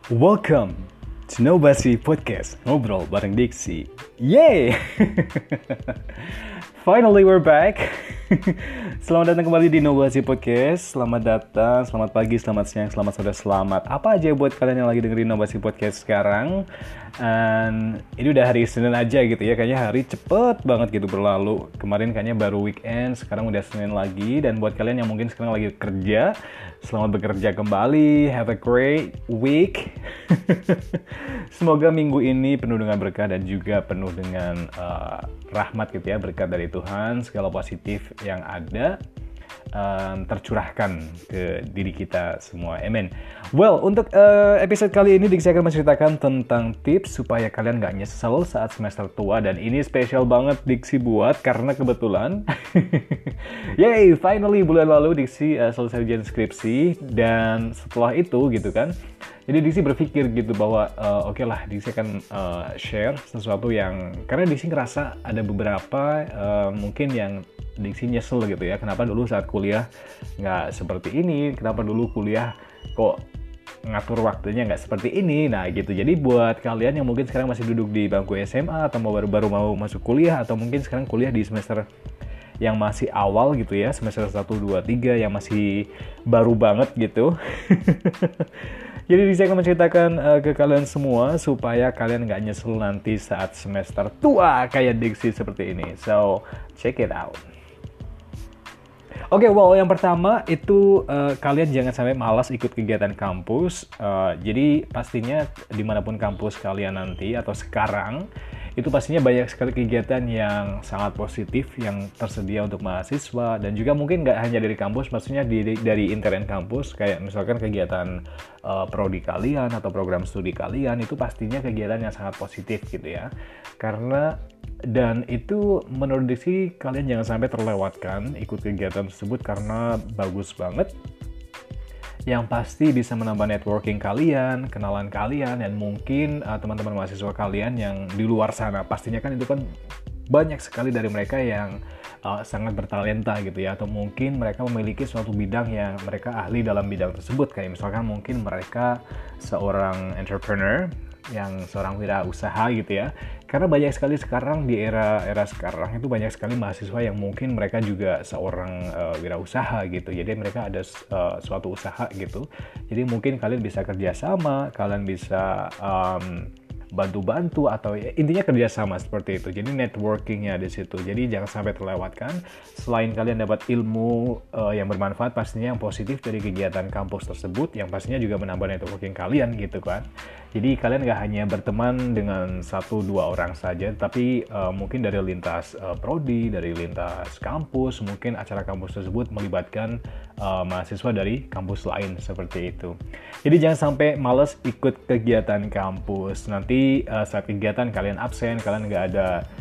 Welcome to Nobasi Podcast, ngobrol bareng Diksi. Yay! Finally we're back. Selamat datang kembali di Nobasi Podcast. Selamat datang, selamat pagi, selamat siang, selamat sore, selamat apa aja buat kalian yang lagi dengerin Nobasi Podcast sekarang. And ini udah hari Senin aja gitu ya. Kayaknya hari cepet banget gitu berlalu. Kemarin kayaknya baru weekend, sekarang udah Senin lagi. Dan buat kalian yang mungkin sekarang lagi kerja, selamat bekerja kembali. Have a great week. Semoga minggu ini penuh dengan berkah dan juga penuh dengan rahmat gitu ya, berkat dari Tuhan. Segala positif yang ada tercurahkan ke diri kita semua. Amen. Well, untuk episode kali ini Diksi akan menceritakan tentang tips supaya kalian gak nyesel saat semester tua. Dan ini spesial banget Diksi buat karena kebetulan yay, finally bulan lalu Diksi selesai ujian skripsi. Dan setelah itu gitu kan, jadi Diksi berpikir gitu bahwa oke lah, Diksi akan share sesuatu yang, karena Diksi ngerasa ada beberapa mungkin yang Diksi nyesel gitu ya. Kenapa dulu saat kuliah nggak seperti ini? Kenapa dulu kuliah kok ngatur waktunya nggak seperti ini? Nah gitu. Jadi buat kalian yang mungkin sekarang masih duduk di bangku SMA atau baru mau masuk kuliah, atau mungkin sekarang kuliah di semester yang masih awal gitu ya, semester 1, 2, 3 yang masih baru banget gitu. Jadi saya akan menceritakan ke kalian semua supaya kalian nggak nyesel nanti saat semester tua kayak Diksi seperti ini. So, check it out. Oke, well yang pertama itu kalian jangan sampai malas ikut kegiatan kampus. Jadi pastinya dimanapun kampus kalian nanti atau sekarang, itu pastinya banyak sekali kegiatan yang sangat positif yang tersedia untuk mahasiswa. Dan juga mungkin nggak hanya dari kampus, maksudnya dari internet kampus. Kayak misalkan kegiatan prodi kalian atau program studi kalian, itu pastinya kegiatan yang sangat positif gitu ya. Dan itu menurut Diksi kalian jangan sampai terlewatkan ikut kegiatan tersebut karena bagus banget. Yang pasti bisa menambah networking kalian, kenalan kalian, dan mungkin teman-teman mahasiswa kalian yang di luar sana. Pastinya kan itu kan banyak sekali dari mereka yang sangat bertalenta gitu ya. Atau mungkin mereka memiliki suatu bidang yang mereka ahli dalam bidang tersebut. Kayak misalkan mungkin mereka seorang entrepreneur, yang seorang wirausaha gitu ya. Karena banyak sekali sekarang di era sekarang itu banyak sekali mahasiswa yang mungkin mereka juga seorang wirausaha gitu. Jadi mereka ada suatu usaha gitu. Jadi mungkin kalian bisa kerjasama, kalian bisa bantu-bantu, atau ya, intinya kerjasama seperti itu. Jadi networkingnya di situ. Jadi jangan sampai terlewatkan. Selain kalian dapat ilmu yang bermanfaat, pastinya yang positif dari kegiatan kampus tersebut, yang pastinya juga menambah networking kalian gitu kan. Jadi kalian gak hanya berteman dengan 1-2 orang saja, tapi mungkin dari lintas prodi, dari lintas kampus, mungkin acara kampus tersebut melibatkan mahasiswa dari kampus lain seperti itu. Jadi jangan sampai males ikut kegiatan kampus. Nanti saat kegiatan kalian absen, kalian nggak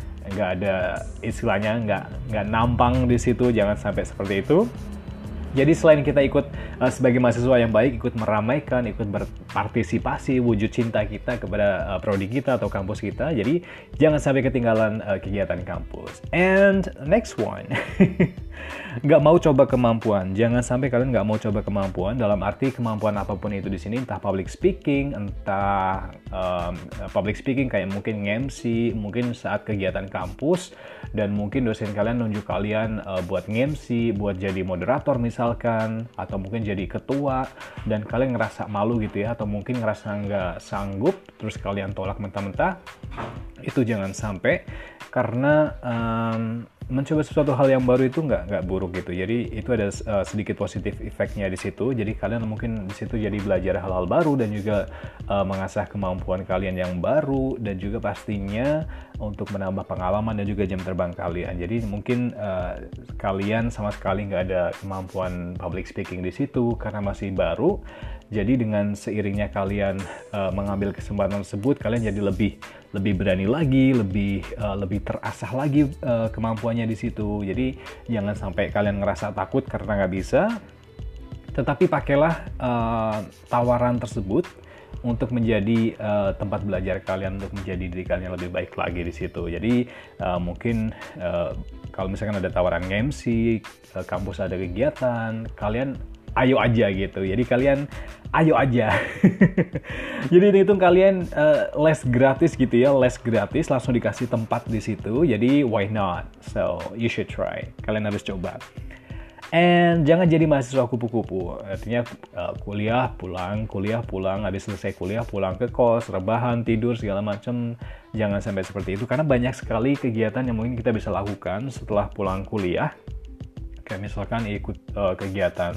ada istilahnya nggak nampang di situ. Jangan sampai seperti itu. Jadi selain kita ikut sebagai mahasiswa yang baik, ikut meramaikan, ikut berpartisipasi, wujud cinta kita kepada prodi kita atau kampus kita. Jadi jangan sampai ketinggalan kegiatan kampus. And next one, nggak mau coba kemampuan. Jangan sampai kalian nggak mau coba kemampuan, dalam arti kemampuan apapun itu di sini, entah public speaking, entah public speaking kayak mungkin MC, mungkin saat kegiatan kampus, dan mungkin dosen kalian nunjuk kalian buat MC, buat jadi moderator misalkan, atau mungkin jadi ketua, dan kalian ngerasa malu gitu ya, atau mungkin ngerasa nggak sanggup, terus kalian tolak mentah-mentah. Itu jangan sampai, karena mencoba sesuatu hal yang baru itu nggak buruk gitu. Jadi itu ada sedikit positif efeknya di situ. Jadi kalian mungkin di situ jadi belajar hal-hal baru dan juga mengasah kemampuan kalian yang baru, dan juga pastinya untuk menambah pengalaman dan juga jam terbang kalian. Jadi mungkin kalian sama sekali nggak ada kemampuan public speaking di situ karena masih baru. Jadi dengan seiringnya kalian mengambil kesempatan tersebut, kalian jadi lebih berani lagi, lebih terasah lagi kemampuannya di situ. Jadi jangan sampai kalian ngerasa takut karena nggak bisa, tetapi pakailah tawaran tersebut untuk menjadi tempat belajar kalian, untuk menjadi diri kalian yang lebih baik lagi di situ. Jadi mungkin kalau misalkan ada tawaran MC, kampus ada kegiatan, kalian ayo aja gitu. Jadi kalian ayo aja. Jadi itu kalian les gratis gitu ya, les gratis langsung dikasih tempat di situ. Jadi why not? So you should try. Kalian harus coba. And jangan jadi mahasiswa kupu-kupu. Artinya kuliah pulang, habis selesai kuliah pulang ke kos, rebahan, tidur segala macam. Jangan sampai seperti itu karena banyak sekali kegiatan yang mungkin kita bisa lakukan setelah pulang kuliah. Kayak misalkan ikut kegiatan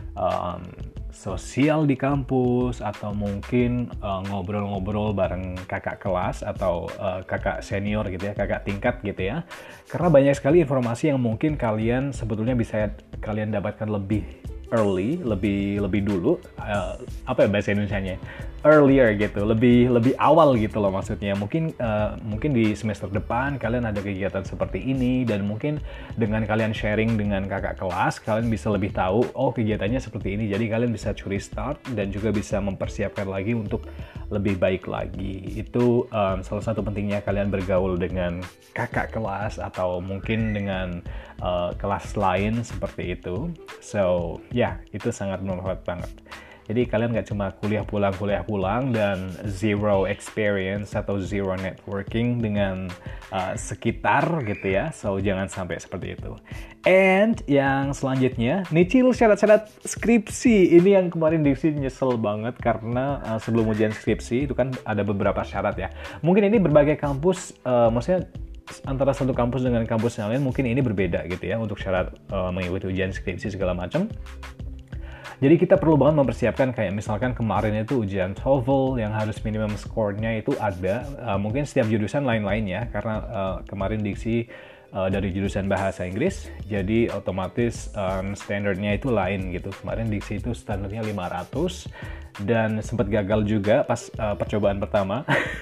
sosial di kampus atau mungkin ngobrol-ngobrol bareng kakak kelas atau kakak senior gitu ya, kakak tingkat gitu ya. Karena banyak sekali informasi yang mungkin kalian sebetulnya bisa kalian dapatkan lebih early, lebih dulu, apa ya bahasa Indonesianya? Earlier gitu, lebih awal gitu loh maksudnya. Mungkin di semester depan kalian ada kegiatan seperti ini dan mungkin dengan kalian sharing dengan kakak kelas, kalian bisa lebih tahu oh kegiatannya seperti ini. Jadi kalian bisa curi start dan juga bisa mempersiapkan lagi untuk lebih baik lagi. Itu salah satu pentingnya kalian bergaul dengan kakak kelas atau mungkin dengan kelas lain seperti itu. So, ya, itu sangat bermanfaat banget. Jadi kalian nggak cuma kuliah pulang dan zero experience atau zero networking dengan sekitar gitu ya. So jangan sampai seperti itu. And yang selanjutnya, nyicil syarat-syarat skripsi. Ini yang kemarin Diksi nyesel banget karena sebelum ujian skripsi itu kan ada beberapa syarat ya. Mungkin ini berbagai kampus, maksudnya antara satu kampus dengan kampus yang lain mungkin ini berbeda gitu ya untuk syarat mengikuti ujian skripsi segala macam. Jadi kita perlu banget mempersiapkan kayak misalkan kemarin itu ujian TOEFL yang harus minimum score-nya itu ada. Mungkin setiap jurusan lain-lain ya, karena kemarin Diksi dari jurusan bahasa Inggris, jadi otomatis standarnya itu lain gitu. Kemarin Diksi itu standarnya 500 dan sempat gagal juga pas percobaan pertama.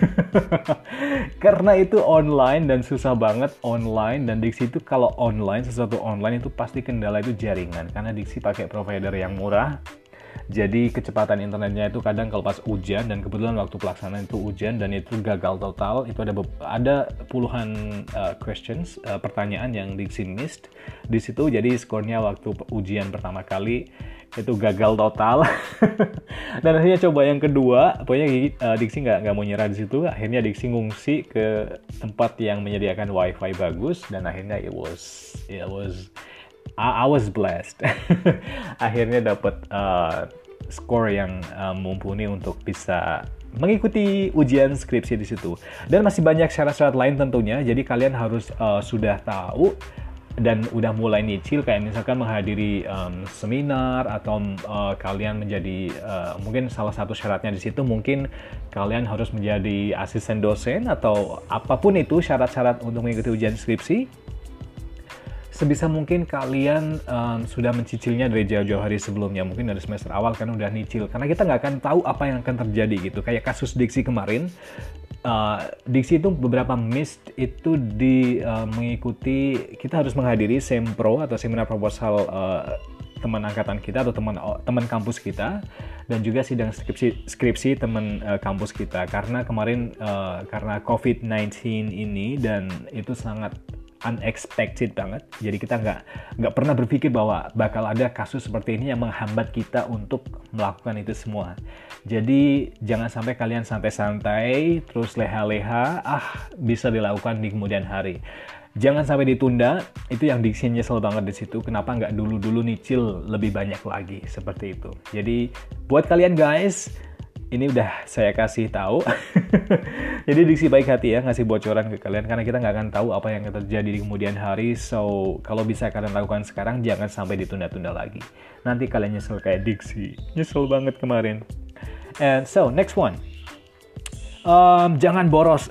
Karena itu online dan susah banget online, dan Diksi itu kalau online, sesuatu online itu pasti kendala itu jaringan karena Diksi pakai provider yang murah. Jadi kecepatan internetnya itu kadang kalau pas hujan, dan kebetulan waktu pelaksanaan itu hujan dan itu gagal total. Itu ada puluhan questions, pertanyaan yang Diksi missed di situ. Jadi skornya waktu ujian pertama kali itu gagal total. Dan akhirnya coba yang kedua, pokoknya Diksi nggak mau nyerah di situ. Akhirnya Diksi ngungsi ke tempat yang menyediakan wifi bagus, dan akhirnya I was blessed. Akhirnya dapat skor yang mumpuni untuk bisa mengikuti ujian skripsi di situ. Dan masih banyak syarat-syarat lain tentunya. Jadi kalian harus sudah tahu dan udah mulai nyicil, kayak misalkan menghadiri seminar atau kalian menjadi mungkin salah satu syaratnya di situ mungkin kalian harus menjadi asisten dosen atau apapun itu syarat-syarat untuk mengikuti ujian skripsi. Sebisa mungkin kalian sudah mencicilnya dari jauh-jauh hari sebelumnya, mungkin dari semester awal kan udah nyicil, karena kita nggak akan tahu apa yang akan terjadi gitu. Kayak kasus Diksi kemarin, Diksi itu beberapa miss itu mengikuti, kita harus menghadiri sempro atau seminar proposal teman angkatan kita atau teman kampus kita, dan juga sidang skripsi teman kampus kita, karena kemarin karena COVID-19 ini, dan itu sangat unexpected banget. Jadi kita nggak pernah berpikir bahwa bakal ada kasus seperti ini yang menghambat kita untuk melakukan itu semua. Jadi jangan sampai kalian santai-santai terus leha-leha, bisa dilakukan di kemudian hari. Jangan sampai ditunda. Itu yang Diksi nyesel banget di situ. Kenapa nggak dulu nyicil lebih banyak lagi seperti itu. Jadi buat kalian guys, ini udah saya kasih tahu. Jadi Diksi baik hati ya ngasih bocoran ke kalian, karena kita nggak akan tahu apa yang akan terjadi di kemudian hari. So kalau bisa kalian lakukan sekarang, jangan sampai ditunda-tunda lagi. Nanti kalian nyesel kayak Diksi. Nyesel banget kemarin. And so next one, jangan boros.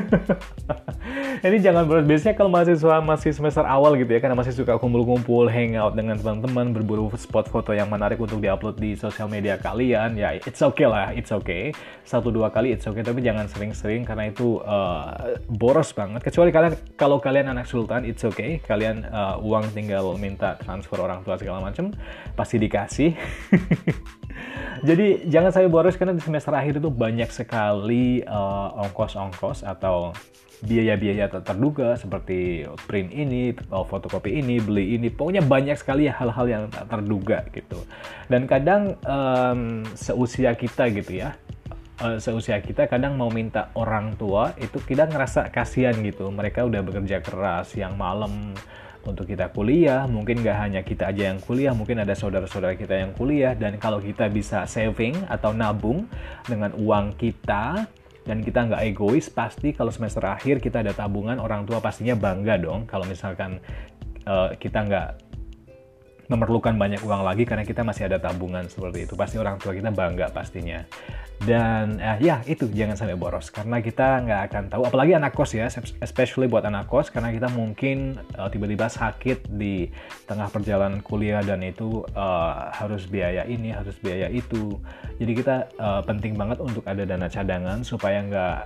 Ini jangan boros. Biasanya kalau mahasiswa masih semester awal gitu ya, karena masih suka kumpul-kumpul, hangout dengan teman-teman, berburu spot foto yang menarik untuk diupload di sosial media kalian, ya it's okay lah, it's okay. 1-2 kali it's okay, tapi jangan sering-sering karena itu boros banget. Kecuali kalau kalian anak sultan, it's okay. Kalian uang tinggal minta transfer orang tua segala macam, pasti dikasih. Jadi jangan sampai boros karena di semester akhir itu banyak sekali ongkos-ongkos atau biaya-biaya tak terduga seperti print ini, fotokopi ini, beli ini, pokoknya banyak sekali hal-hal yang tak terduga gitu. Dan kadang seusia kita gitu ya, seusia kita kadang mau minta orang tua itu kita ngerasa kasihan gitu. Mereka udah bekerja keras siang malam untuk kita kuliah, mungkin nggak hanya kita aja yang kuliah, mungkin ada saudara-saudara kita yang kuliah, dan kalau kita bisa saving atau nabung dengan uang kita, dan kita nggak egois, pasti kalau semester akhir kita ada tabungan, orang tua pastinya bangga dong kalau misalkan kita nggak memerlukan banyak uang lagi karena kita masih ada tabungan seperti itu. Pasti orang tua kita bangga pastinya. Dan ya itu jangan sampai boros karena kita nggak akan tahu, apalagi anak kos ya, especially buat anak kos, karena kita mungkin tiba-tiba sakit di tengah perjalanan kuliah dan itu harus biaya ini, harus biaya itu. Jadi kita penting banget untuk ada dana cadangan supaya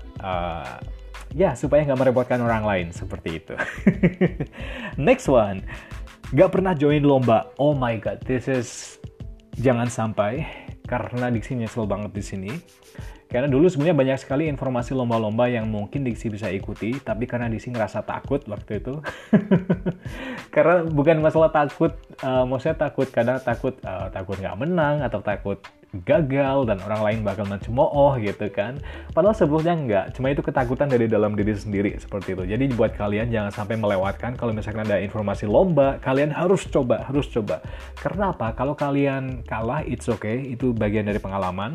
nggak merepotkan orang lain seperti itu. Next one, nggak pernah join lomba. Oh my god, jangan sampai. Karena Diksi nyesel banget di sini. Karena dulu sebenarnya banyak sekali informasi lomba-lomba yang mungkin Diksi bisa ikuti, tapi karena Diksi ngerasa takut waktu itu. Karena bukan masalah takut, maksudnya takut nggak menang atau takut gagal dan orang lain bakal mencemooh gitu kan. Padahal sebelumnya nggak, cuma itu ketakutan dari dalam diri sendiri seperti itu. Jadi buat kalian jangan sampai melewatkan kalau misalkan ada informasi lomba, kalian harus coba. Karena apa? Kalau kalian kalah, it's okay, itu bagian dari pengalaman.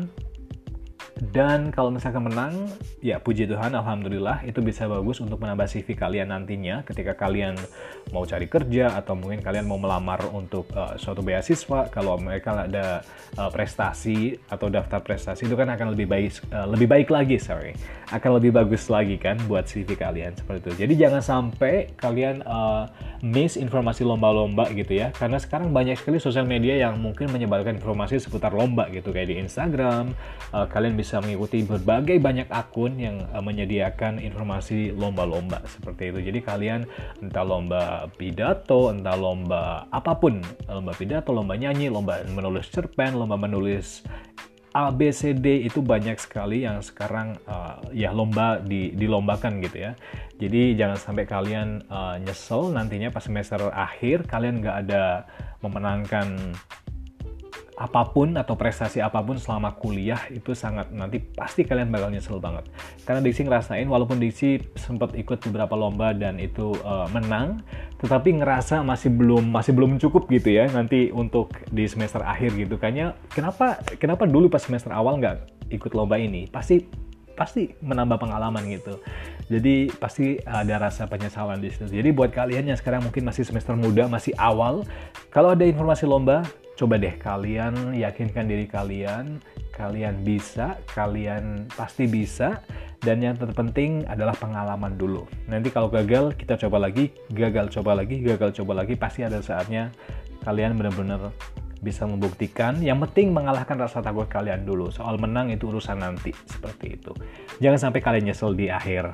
Dan kalau misalkan menang, ya puji Tuhan, alhamdulillah, itu bisa bagus untuk menambah CV kalian nantinya ketika kalian mau cari kerja atau mungkin kalian mau melamar untuk suatu beasiswa. Kalau mereka ada prestasi atau daftar prestasi, itu kan akan lebih baik lagi, akan lebih bagus lagi kan buat CV kalian seperti itu. Jadi jangan sampai kalian miss informasi lomba-lomba gitu ya, karena sekarang banyak sekali sosial media yang mungkin menyebarkan informasi seputar lomba gitu, kayak di Instagram. Kalian bisa mengikuti berbagai banyak akun yang menyediakan informasi lomba-lomba seperti itu. Jadi kalian entah lomba pidato, entah lomba apapun, lomba pidato, lomba nyanyi, lomba menulis cerpen, lomba menulis A, B, C, D, itu banyak sekali yang sekarang lomba dilombakan gitu ya. Jadi jangan sampai kalian nyesel nantinya pas semester akhir kalian nggak ada memenangkan apapun atau prestasi apapun selama kuliah. Itu sangat, nanti pasti kalian bakal nyesel banget. Karena Diksi ngerasain, walaupun Diksi sempat ikut beberapa lomba dan itu menang, tetapi ngerasa masih belum cukup gitu ya nanti untuk di semester akhir gitu. Kayaknya kenapa dulu pas semester awal nggak ikut lomba ini? Pasti menambah pengalaman gitu. Jadi pasti ada rasa penyesalan di situ. Jadi buat kalian yang sekarang mungkin masih semester muda, masih awal, kalau ada informasi lomba, coba deh kalian yakinkan diri kalian bisa, kalian pasti bisa, dan yang terpenting adalah pengalaman dulu. Nanti kalau gagal, kita coba lagi, gagal coba lagi, pasti ada saatnya kalian benar-benar bisa membuktikan. Yang penting mengalahkan rasa takut kalian dulu. Soal menang itu urusan nanti, seperti itu. Jangan sampai kalian nyesel di akhir.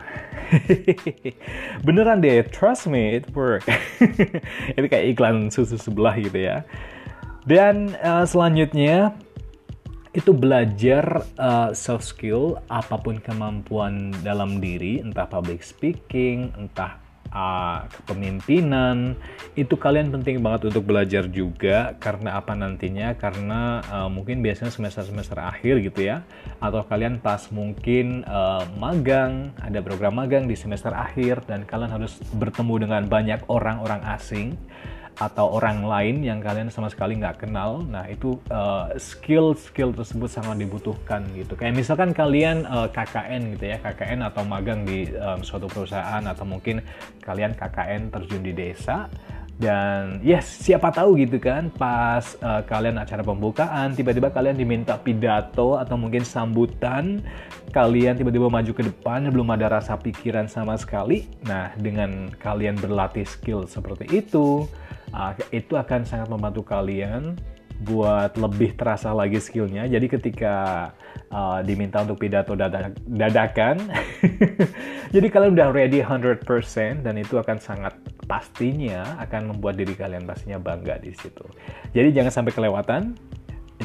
Beneran deh, trust me, it work. Itu kayak iklan susu sebelah gitu ya. Dan selanjutnya itu belajar soft skill, apapun kemampuan dalam diri, entah public speaking, entah kepemimpinan, itu kalian penting banget untuk belajar juga. Karena apa nantinya? Karena mungkin biasanya semester akhir gitu ya, atau kalian pas mungkin magang, ada program magang di semester akhir, dan kalian harus bertemu dengan banyak orang asing atau orang lain yang kalian sama sekali nggak kenal. Nah itu skill tersebut sangat dibutuhkan gitu. Kayak misalkan kalian KKN gitu ya, KKN atau magang di suatu perusahaan, atau mungkin kalian KKN terjun di desa. Dan siapa tahu gitu kan, pas kalian acara pembukaan, tiba-tiba kalian diminta pidato atau mungkin sambutan, kalian tiba-tiba maju ke depan, belum ada rasa pikiran sama sekali. Nah, dengan kalian berlatih skill seperti itu akan sangat membantu kalian buat lebih terasa lagi skillnya. Jadi ketika diminta untuk pidato dadakan, jadi kalian udah ready 100%, dan itu akan sangat pastinya akan membuat diri kalian pastinya bangga di situ. Jadi jangan sampai kelewatan. Itu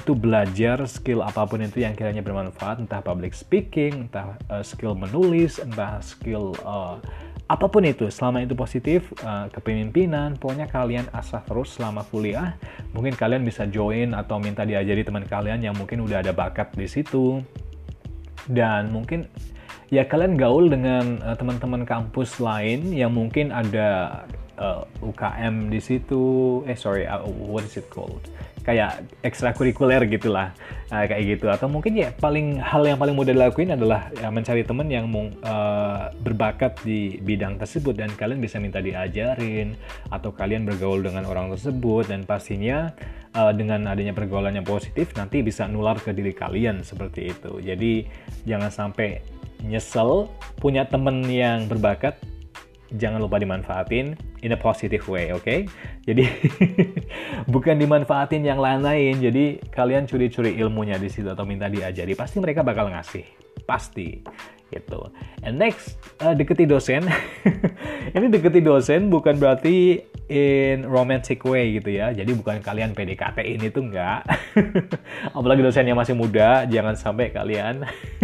itu belajar skill apapun itu yang kiranya bermanfaat, entah public speaking, entah skill menulis, entah skill apapun itu, selama itu positif, kepemimpinan, pokoknya kalian asah terus selama kuliah. Mungkin kalian bisa join atau minta diajari teman kalian yang mungkin udah ada bakat di situ. Dan mungkin ya kalian gaul dengan teman-teman kampus lain yang mungkin ada UKM di situ, what is it called? Kayak ekstrakurikuler gitulah, kayak gitu. Atau mungkin ya hal yang paling mudah dilakuin adalah mencari teman yang berbakat di bidang tersebut dan kalian bisa minta diajarin, atau kalian bergaul dengan orang tersebut, dan pastinya dengan adanya pergaulan yang positif nanti bisa nular ke diri kalian seperti itu. Jadi jangan sampai nyesel punya teman yang berbakat. Jangan lupa dimanfaatin in a positive way, oke? Jadi bukan dimanfaatin yang lain-lain. Jadi kalian curi-curi ilmunya di situ atau minta diajari, pasti mereka bakal ngasih, pasti gitu. And next, deketi dosen. Ini deketi dosen bukan berarti in romantic way gitu ya. Jadi bukan kalian PDKT-in itu enggak. Apalagi dosennya masih muda, jangan sampai kalian.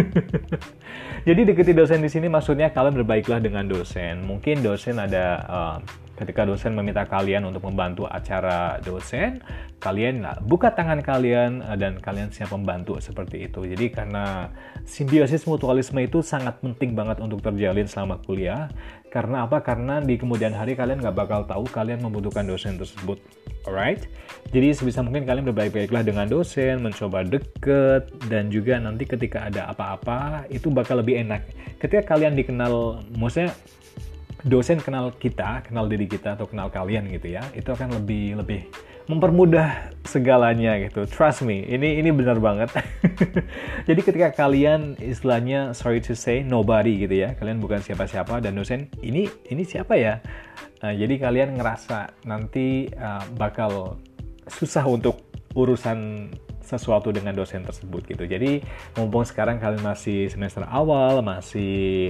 Jadi deketi dosen di sini maksudnya kalian berbaiklah dengan dosen. Mungkin dosen ada ketika dosen meminta kalian untuk membantu acara dosen, kalian buka tangan kalian dan kalian siap membantu seperti itu. Jadi karena simbiosis mutualisme itu sangat penting banget untuk terjalin selama kuliah. Karena apa? Karena di kemudian hari kalian nggak bakal tahu kalian membutuhkan dosen tersebut. Alright? Jadi sebisa mungkin kalian berbaik-baiklah dengan dosen, mencoba deket, dan juga nanti ketika ada apa-apa itu bakal lebih enak. Ketika kalian dikenal, maksudnya dosen kenal kita, kenal diri kita, atau kenal kalian gitu ya, itu akan lebih mempermudah segalanya gitu. Trust me, ini benar banget. Jadi ketika kalian istilahnya sorry to say nobody gitu ya, kalian bukan siapa-siapa dan dosen ini siapa ya? Jadi kalian ngerasa nanti bakal susah untuk urusan sesuatu dengan dosen tersebut gitu. Jadi mumpung sekarang kalian masih semester awal, masih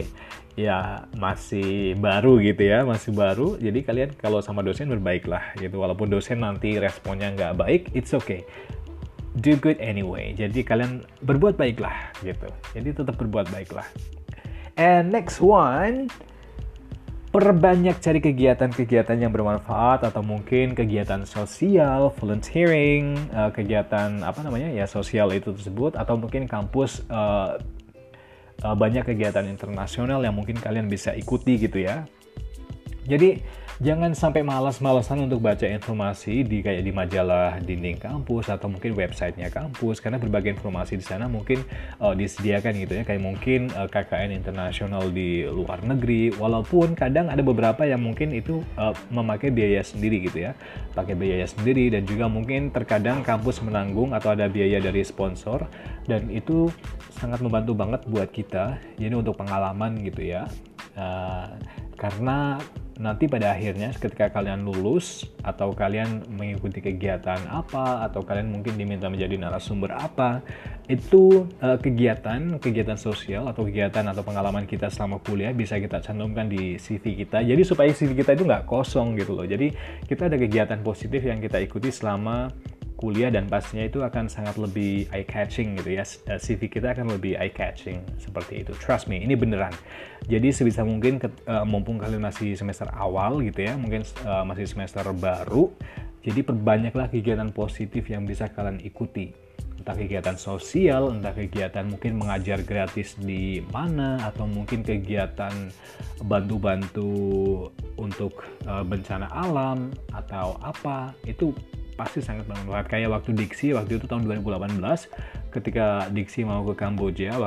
baru gitu ya, masih baru. Jadi kalian kalau sama dosen berbaiklah gitu. Walaupun dosen nanti responnya nggak baik, it's okay. Do good anyway. Jadi kalian berbuat baiklah gitu. Jadi tetap berbuat baiklah. And next one, perbanyak cari kegiatan-kegiatan yang bermanfaat atau mungkin kegiatan sosial, volunteering, kegiatan sosial itu tersebut, atau mungkin kampus banyak kegiatan internasional yang mungkin kalian bisa ikuti gitu ya. Jadi jangan sampai malas-malasan untuk baca informasi di majalah dinding kampus atau mungkin websitenya kampus, karena berbagai informasi di sana mungkin disediakan gitu ya, kayak mungkin KKN internasional di luar negeri, walaupun kadang ada beberapa yang mungkin itu memakai biaya sendiri gitu ya, pakai biaya sendiri, dan juga mungkin terkadang kampus menanggung atau ada biaya dari sponsor, dan itu sangat membantu banget buat kita, jadi untuk pengalaman gitu ya. Karena nanti pada akhirnya ketika kalian lulus atau kalian mengikuti kegiatan apa, atau kalian mungkin diminta menjadi narasumber apa, itu kegiatan sosial atau kegiatan atau pengalaman kita selama kuliah bisa kita cantumkan di CV kita. Jadi supaya CV kita itu nggak kosong gitu loh. Jadi kita ada kegiatan positif yang kita ikuti selama kuliah, dan pastinya itu akan sangat lebih eye-catching gitu ya. CV kita akan lebih eye-catching seperti itu. Trust me, ini beneran. Jadi sebisa mungkin mumpung kalian masih semester awal gitu ya, mungkin masih semester baru, jadi perbanyaklah kegiatan positif yang bisa kalian ikuti. Entah kegiatan sosial, entah kegiatan mungkin mengajar gratis di mana, atau mungkin kegiatan bantu-bantu untuk bencana alam atau apa, itu pasti sangat bermanfaat. Kayak waktu Diksi, waktu itu tahun 2018, ketika Diksi mau ke Kamboja,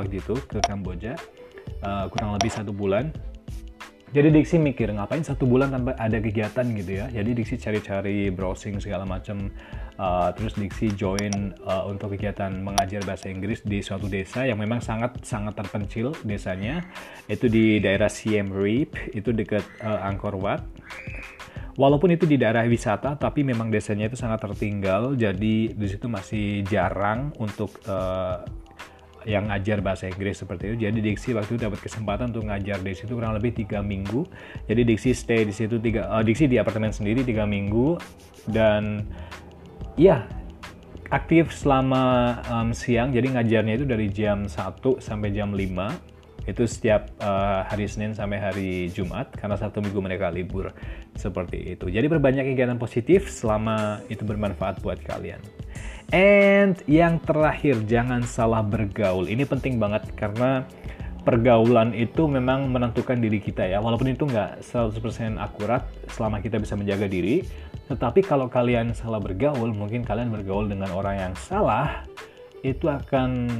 kurang lebih 1 bulan. Jadi Diksi mikir, ngapain 1 bulan tanpa ada kegiatan gitu ya. Jadi Diksi cari-cari, browsing segala macam. Terus Diksi join untuk kegiatan mengajar bahasa Inggris di suatu desa yang memang sangat terpencil desanya. Itu di daerah Siem Reap, itu dekat Angkor Wat. Walaupun itu di daerah wisata, tapi memang desanya itu sangat tertinggal. Jadi di situ masih jarang untuk yang ngajar bahasa Inggris seperti itu. Jadi Diksi waktu itu dapat kesempatan untuk ngajar di situ kurang lebih 3 minggu. Jadi Diksi stay di situ Diksi di apartemen sendiri 3 minggu, dan ya aktif selama siang, jadi ngajarnya itu dari jam 1 sampai jam 5. Itu setiap hari Senin sampai hari Jumat, karena Sabtu Minggu mereka libur. Seperti itu. Jadi berbanyak kegiatan positif selama itu bermanfaat buat kalian. And yang terakhir, jangan salah bergaul. Ini penting banget karena pergaulan itu memang menentukan diri kita ya. Walaupun itu nggak 100% akurat selama kita bisa menjaga diri. Tetapi kalau kalian salah bergaul, mungkin kalian bergaul dengan orang yang salah, itu akan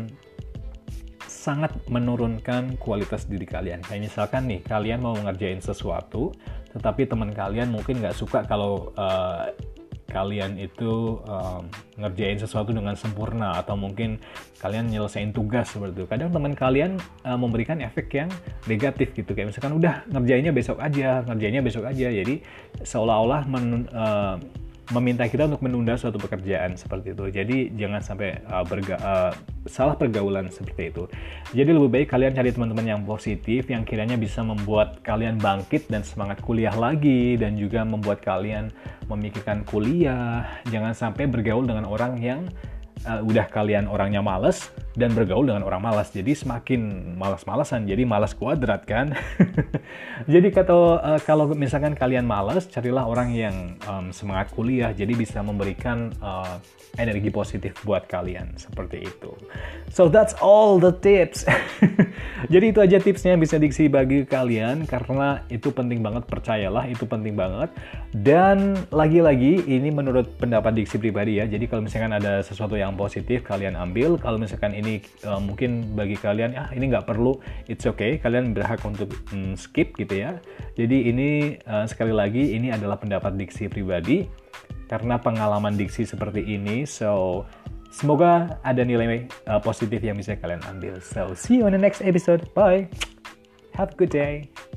sangat menurunkan kualitas diri kalian. Kayak misalkan nih, kalian mau ngerjain sesuatu, tetapi teman kalian mungkin nggak suka kalau kalian itu ngerjain sesuatu dengan sempurna, atau mungkin kalian nyelesain tugas seperti itu. Kadang teman kalian memberikan efek yang negatif gitu, kayak misalkan udah ngerjainnya besok aja. Jadi seolah-olah meminta kita untuk menunda suatu pekerjaan seperti itu. Jadi jangan sampai salah pergaulan seperti itu. Jadi lebih baik kalian cari teman-teman yang positif, yang kiranya bisa membuat kalian bangkit dan semangat kuliah lagi, dan juga membuat kalian memikirkan kuliah. Jangan sampai bergaul dengan orang yang udah kalian orangnya malas dan bergaul dengan orang malas, jadi semakin malas-malasan, jadi malas kuadrat kan. Jadi kalau misalkan kalian malas, carilah orang yang semangat kuliah, jadi bisa memberikan energi positif buat kalian, seperti itu. So that's all the tips. Jadi itu aja tipsnya yang bisa Diksi bagi kalian, karena itu penting banget, percayalah itu penting banget. Dan lagi-lagi ini menurut pendapat Diksi pribadi ya, jadi kalau misalkan ada sesuatu yang positif kalian ambil, kalau misalkan ini mungkin bagi kalian ini nggak perlu, it's okay, kalian berhak untuk skip gitu ya. Jadi ini sekali lagi ini adalah pendapat Diksi pribadi karena pengalaman Diksi seperti ini. So semoga ada nilai positif yang bisa kalian ambil. So see you on the next episode. Bye, have a good day.